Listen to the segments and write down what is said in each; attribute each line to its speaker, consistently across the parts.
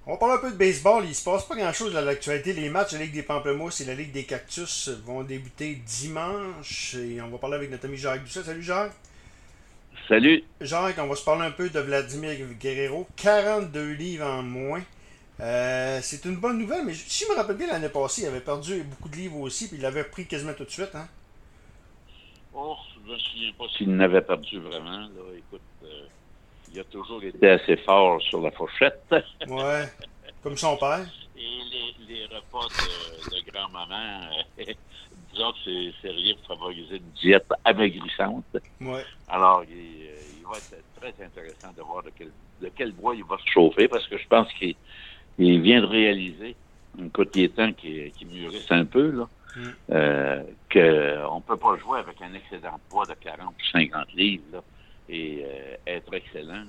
Speaker 1: On parle un peu de baseball. Il se passe pas grand-chose dans l'actualité. Les matchs de la Ligue des Pamplemousses et la Ligue des Cactus vont débuter dimanche. Et on va parler avec notre ami Jacques Doucet. Salut Jacques.
Speaker 2: Salut.
Speaker 1: Jacques, on va se parler un peu de Vladimir Guerrero. 42 livres en moins. C'est une bonne nouvelle, mais si je me rappelle bien, l'année passée, il avait perdu beaucoup de livres aussi, puis il l'avait pris quasiment tout de suite. Hein?
Speaker 2: Oh, je me souviens pas s'il n'avait perdu vraiment. Là. Écoute, il a toujours été assez fort sur la fourchette.
Speaker 1: Ouais, comme son père.
Speaker 2: Et les repas de grand-maman, disons que c'est rien pour favoriser une diète amaigrissante.
Speaker 1: Ouais.
Speaker 2: Alors, il va être très intéressant de voir de quel bois il va se chauffer, parce que je pense qu'il vient de réaliser, écoute, il est temps qu'il mûrisse un peu, là.
Speaker 1: Mm.
Speaker 2: Qu'on ne peut pas jouer avec un excédent de poids de 40 ou 50 livres là, et être excellent.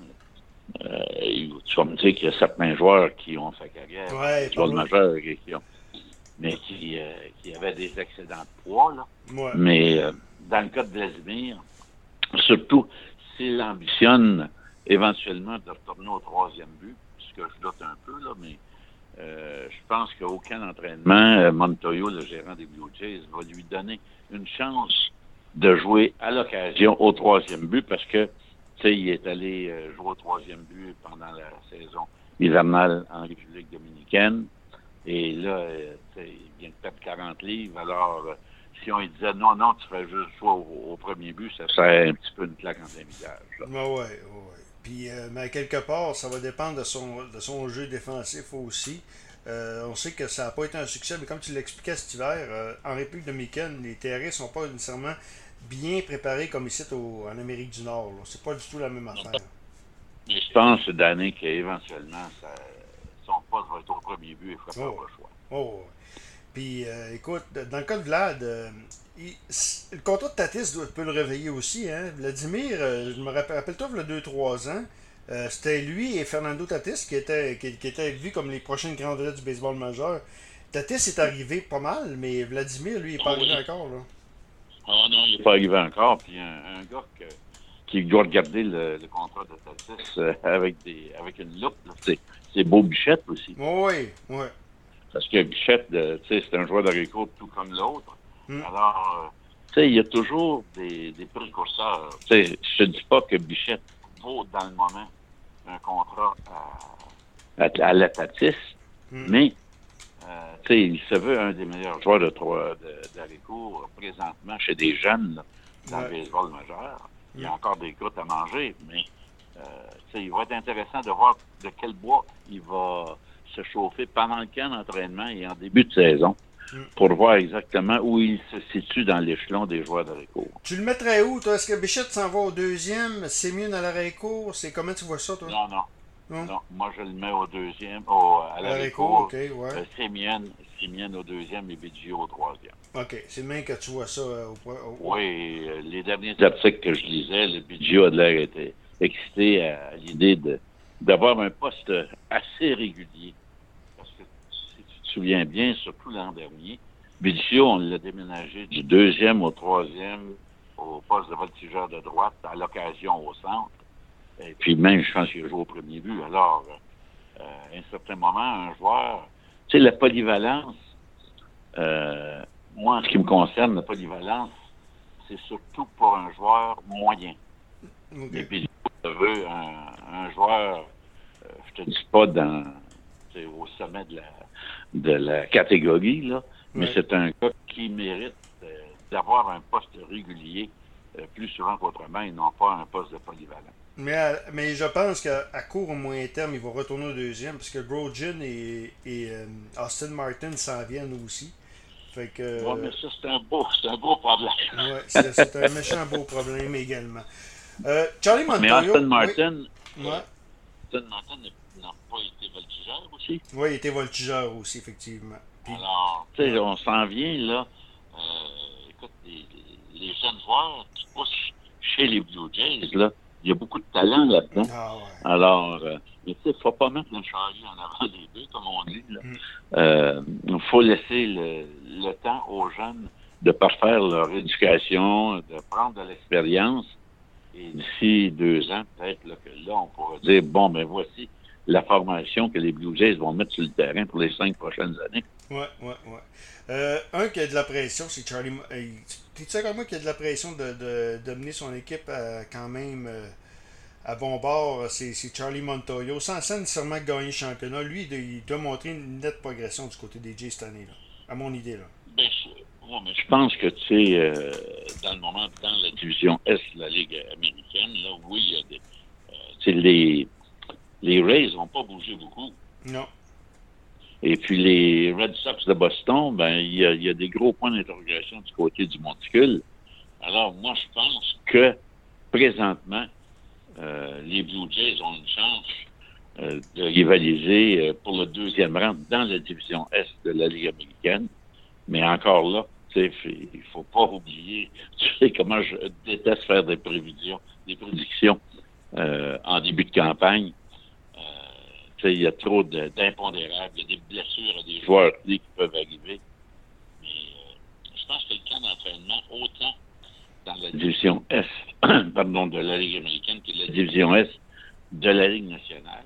Speaker 2: Tu vas me dire qu'il y a certains joueurs qui ont fait carrière dans le
Speaker 1: Ouais,
Speaker 2: baseball majeur mais qui avaient des excédents de poids. Là.
Speaker 1: Ouais.
Speaker 2: Mais dans le cas de Vladimir, surtout s'il ambitionne éventuellement de retourner au troisième but, ce que je doute un peu, là, mais je pense qu'aucun entraînement, Montoyo, le gérant des Blue Jays, va lui donner une chance de jouer à l'occasion au troisième but parce que, tu sais, il est allé jouer au troisième but pendant la saison hivernale en République dominicaine. Et là, il vient de perdre 40 livres. Alors, si on lui disait non, non, tu fais juste jouer au premier but, ça serait un petit peu une claque en plein visage. Là.
Speaker 1: Ouais. Puis, mais à quelque part, ça va dépendre de son jeu défensif aussi. On sait que ça n'a pas été un succès, mais comme tu l'expliquais cet hiver, en République dominicaine, les terrains ne sont pas nécessairement bien préparés comme ici en Amérique du Nord. Là. C'est pas du tout la même affaire.
Speaker 2: Mais je pense cette année qu'éventuellement, son poste va être au premier but et il ne fera pas
Speaker 1: Oh,
Speaker 2: le choix.
Speaker 1: oh. Puis, écoute, dans le cas de Vlad, le contrat de Tatis peut le réveiller aussi. Hein? Vladimir, je me rappelle-toi, il y a 2-3 ans, c'était lui et Fernando Tatis qui étaient vus comme les prochaines grandes vedettes du baseball majeur. Tatis est arrivé pas mal, mais Vladimir, lui, il n'est pas
Speaker 2: Oh
Speaker 1: arrivé
Speaker 2: oui.
Speaker 1: encore. Là.
Speaker 2: Oh non, il n'est pas arrivé encore. Puis un gars qui doit regarder le contrat de Tatis avec une loupe, là, c'est Beau Bichette aussi.
Speaker 1: Oui, oui.
Speaker 2: Parce que Bichette, tu sais, c'est un joueur de récours tout comme l'autre.
Speaker 1: Hmm.
Speaker 2: Alors, tu sais, il y a toujours des précurseurs. Tu sais, je te dis pas que Bichette vaut dans le moment un contrat à la Tatis,
Speaker 1: Hmm.
Speaker 2: mais tu sais, il se veut un des meilleurs joueurs d'Haricourt présentement chez des jeunes là, dans le
Speaker 1: Ouais.
Speaker 2: baseball majeur. Il y
Speaker 1: Hmm.
Speaker 2: a encore des croûtes à manger, mais tu sais, il va être intéressant de voir de quel bois il va se chauffer pendant le camp d'entraînement et en début de saison
Speaker 1: Hmm.
Speaker 2: pour voir exactement où il se situe dans l'échelon des joueurs d'Haricourt.
Speaker 1: Tu le mettrais où, toi? Est-ce que Bichette s'en va au deuxième? C'est mieux dans l'arrêt court? C'est comment tu vois ça, toi?
Speaker 2: Non, non.
Speaker 1: Non?
Speaker 2: Non, moi je le mets au deuxième, à
Speaker 1: À l'arrêt court, ok,
Speaker 2: l'Haricourt.
Speaker 1: ouais.
Speaker 2: Sémienne au deuxième et Biggio au troisième.
Speaker 1: Ok, c'est bien que tu vois ça
Speaker 2: Oui, les derniers articles que je lisais, le Biggio a de l'air était excité à l'idée d'avoir un poste assez régulier. Parce que si tu te souviens bien, surtout l'an dernier, Biggio, on l'a déménagé du deuxième au troisième au poste de voltigeur de droite, à l'occasion au centre. Et puis même, je pense qu'il a joué au premier but. Alors, à un certain moment, un joueur, tu sais, la polyvalence, euh, moi, en ce qui me concerne, la polyvalence, c'est surtout pour un joueur moyen. Mais
Speaker 1: ok.
Speaker 2: puis, je veux un joueur, je te dis pas au sommet de la catégorie, là, mais
Speaker 1: Ouais.
Speaker 2: c'est un gars qui mérite d'avoir un poste régulier plus souvent qu'autrement et non pas un poste de polyvalent.
Speaker 1: Mais je pense qu'à court ou moyen terme, il va retourner au deuxième parce que Grosjean et Austin Martin s'en viennent aussi. Fait que,
Speaker 2: Ouais, mais ça, c'est un beau problème.
Speaker 1: ouais, c'est un méchant beau problème également. Charlie
Speaker 2: Mais Austin
Speaker 1: Montoyo, oui,
Speaker 2: Martin,
Speaker 1: ouais,
Speaker 2: Austin Martin n'a pas été voltigeur aussi.
Speaker 1: ouais, il était voltigeur aussi, effectivement. Puis,
Speaker 2: Alors, tu sais,
Speaker 1: ouais,
Speaker 2: on s'en vient, là. Écoute, les jeunes joueurs qui poussent chez les Blue Jays, là, il y a beaucoup de talent là-dedans.
Speaker 1: ah ouais.
Speaker 2: Alors, mais tu sais, il faut pas mettre le charrier en avant des bœufs, comme on dit, là.
Speaker 1: Hmm.
Speaker 2: Il faut laisser le temps aux jeunes de parfaire leur éducation, de prendre de l'expérience. Et d'ici 2 ans, peut-être là, que là, on pourra dire, bon, ben voici la formation que les Blue Jays vont mettre sur le terrain pour les 5 prochaines années.
Speaker 1: Ouais, ouais, ouais. Un qui a de la pression, c'est Charlie. Tu sais comme moi qui a de la pression de mener son équipe quand même à bon bord, c'est Charlie Montoyo. Sans nécessairement gagner le championnat, lui, il doit montrer une nette progression du côté des Jays cette année, là. À mon idée, là.
Speaker 2: Ben, mais je pense que, tu sais, dans le moment, dans la division Est de la Ligue américaine, là, oui, il y a des. Tu sais, les Rays n'ont pas bougé beaucoup.
Speaker 1: Non.
Speaker 2: Et puis les Red Sox de Boston, ben il y a des gros points d'interrogation du côté du monticule. Alors, moi, je pense que, présentement, les Blue Jays ont une chance de rivaliser pour le deuxième rang dans la division Est de la Ligue américaine. Mais encore là, tu sais, il faut pas oublier, tu sais comment je déteste faire des prédictions en début de campagne. Tu sais, il y a trop d'impondérables, il y a des blessures à des joueurs clés qui peuvent arriver. Mais je pense que le camp d'entraînement, autant dans la division Est, pardon, de la Ligue américaine que la division Est de la Ligue nationale,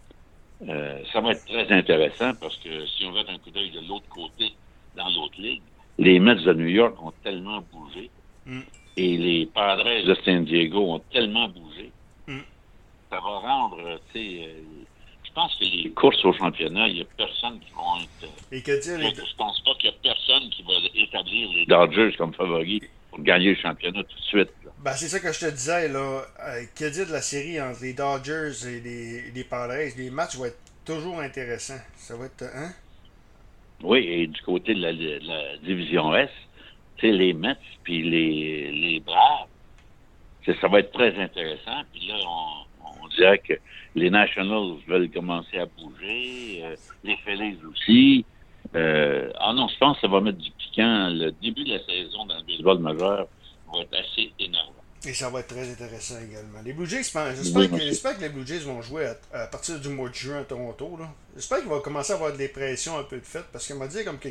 Speaker 2: ça va être très intéressant parce que si on veut un coup d'œil de l'autre côté, dans l'autre ligue, les Mets de New York ont tellement bougé et les Padres de San Diego ont tellement bougé, ça va rendre, tu sais, je pense que les courses au championnat, il n'y a personne qui va être...
Speaker 1: Et que dire les...
Speaker 2: Je pense pas qu'il y a personne qui va établir les Dodgers comme favoris pour gagner le championnat tout de suite. Là.
Speaker 1: Ben, c'est ça que je te disais, là. Que dire de la série entre les Dodgers et les Padres? Les matchs vont être toujours intéressants. Ça va être... Hein?
Speaker 2: Oui, et du côté de la division Est, tu sais, les Mets puis les Braves, ça va être très intéressant. Puis là, on dirait que les Nationals veulent commencer à bouger, les Phillies aussi. Non, je pense que ça va mettre du piquant. Le début de la saison dans le baseball majeur va être assez énervant.
Speaker 1: Et ça va être très intéressant également. Les Blue Jays, j'espère que les Blue Jays vont jouer à partir du mois de juin à Toronto. Là. J'espère qu'il va commencer à avoir des pressions un peu de fait, parce qu'il m'a dit comme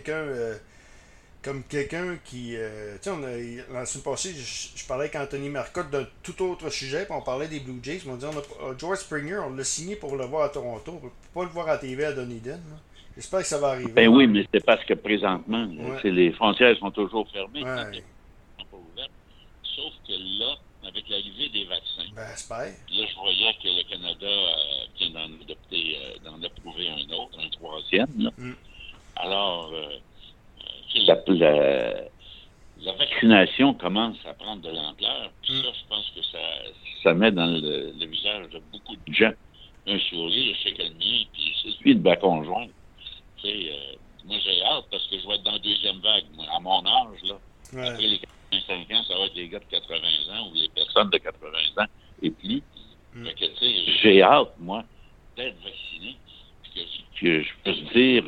Speaker 1: quelqu'un qui... tu sais, la semaine passée, je parlais avec Anthony Marcotte d'un tout autre sujet, puis on parlait des Blue Jays. Ils m'ont dit, George Springer, on l'a signé pour le voir à Toronto. On ne peut pas le voir à TV à Dunedin. Là. J'espère que ça va arriver.
Speaker 2: Ben oui, mais c'est parce que présentement, les frontières sont toujours fermées.
Speaker 1: Ouais.
Speaker 2: Pas ouvertes. Sauf que là, avec l'arrivée des vaccins,
Speaker 1: ben, j'espère.
Speaker 2: Là, je voyais que le Canada vient d'en approuver un autre, un troisième. Là. Alors, la vaccination commence à prendre de l'ampleur. Puis ça, je pense que ça met dans le visage de beaucoup de gens un sourire. Je sais que le mien, puis c'est celui de ma conjointe. Tu sais, moi, j'ai hâte parce que je vais être dans la deuxième vague. Moi, à mon âge, là, après les 85 ans, ça va être les gars de 80 ans ou les personnes de 80 ans et plus. Fait que, tu sais, j'ai hâte, moi, d'être vacciné. Que je peux se dire,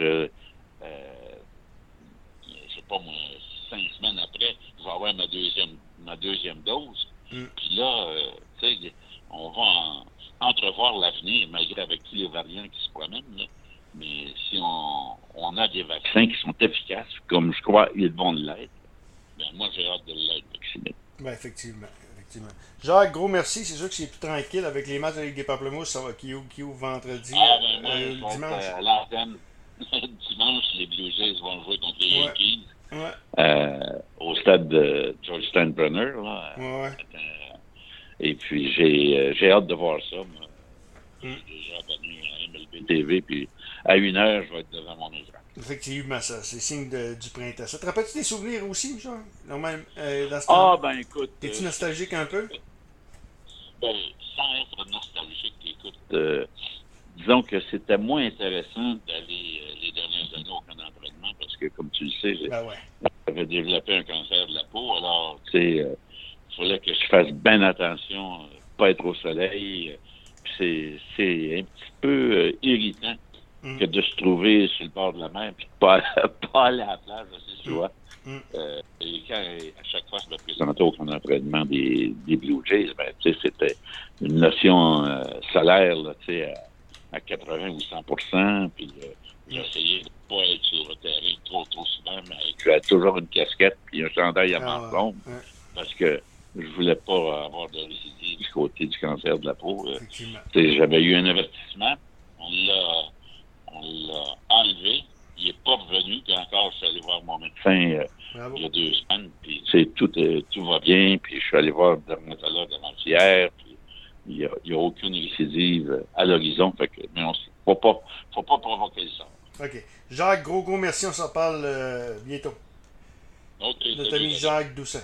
Speaker 2: je sais pas moi, 5 semaines après, je vais avoir ma deuxième dose. Puis là, tu sais, on va entrevoir l'avenir, malgré avec tous les variants qui se promènent, là. Mais si on a des vaccins qui sont efficaces, comme je crois ils vont l'être, ben moi, j'ai hâte de l'être vacciné.
Speaker 1: Ben, effectivement. Jacques, gros merci. C'est sûr que c'est plus tranquille avec les matchs de la Ligue des Pamplemousses qui ouvrent vendredi.
Speaker 2: Moi,
Speaker 1: dimanche.
Speaker 2: À l'antenne, dimanche, les Blue Jays vont jouer contre les Yankees. Au stade de George Steinbrenner. Là, et puis, j'ai hâte de voir ça. Moi. Je suis déjà abonné à MLB TV, puis à 1h, je vais être devant mon écran.
Speaker 1: Effectivement, ça, c'est signe du printemps. Ça te rappelle-tu des souvenirs aussi, genre? Même,
Speaker 2: ben écoute...
Speaker 1: Es-tu nostalgique un peu?
Speaker 2: Ben, sans être nostalgique, écoute, disons que c'était moins intéressant d'aller les dernières années au camp d'entraînement, parce que, comme tu le sais, j'avais développé un cancer de la peau, alors, tu sais, il fallait que je fasse bien attention, pas être au soleil, c'est un petit peu irritant que de se trouver sur le bord de la mer puis de pas aller à la plage assez souvent. Et quand à chaque fois je me présentais au camp d'entraînement des Blue Jays, ben, tu sais, c'était une notion solaire, là, tu sais, à 80 ou 100%, puis j'essayais de ne pas être sur le terrain trop souvent, mais j'avais toujours une casquette puis un chandail à manches longues, parce que je voulais pas avoir de récidive du côté du cancer de la peau. J'avais eu un avertissement. On on l'a enlevé. Il n'est pas revenu. Puis encore, je suis allé voir mon médecin il y a 2 semaines. Puis tout va bien. Puis je suis allé voir le dermatologue avant-hier. Puis il n'y a aucune récidive à l'horizon. Fait que, mais faut pas provoquer le sort.
Speaker 1: OK. Jacques, gros merci. On s'en parle bientôt.
Speaker 2: OK,
Speaker 1: Notre ami Jacques Doucet.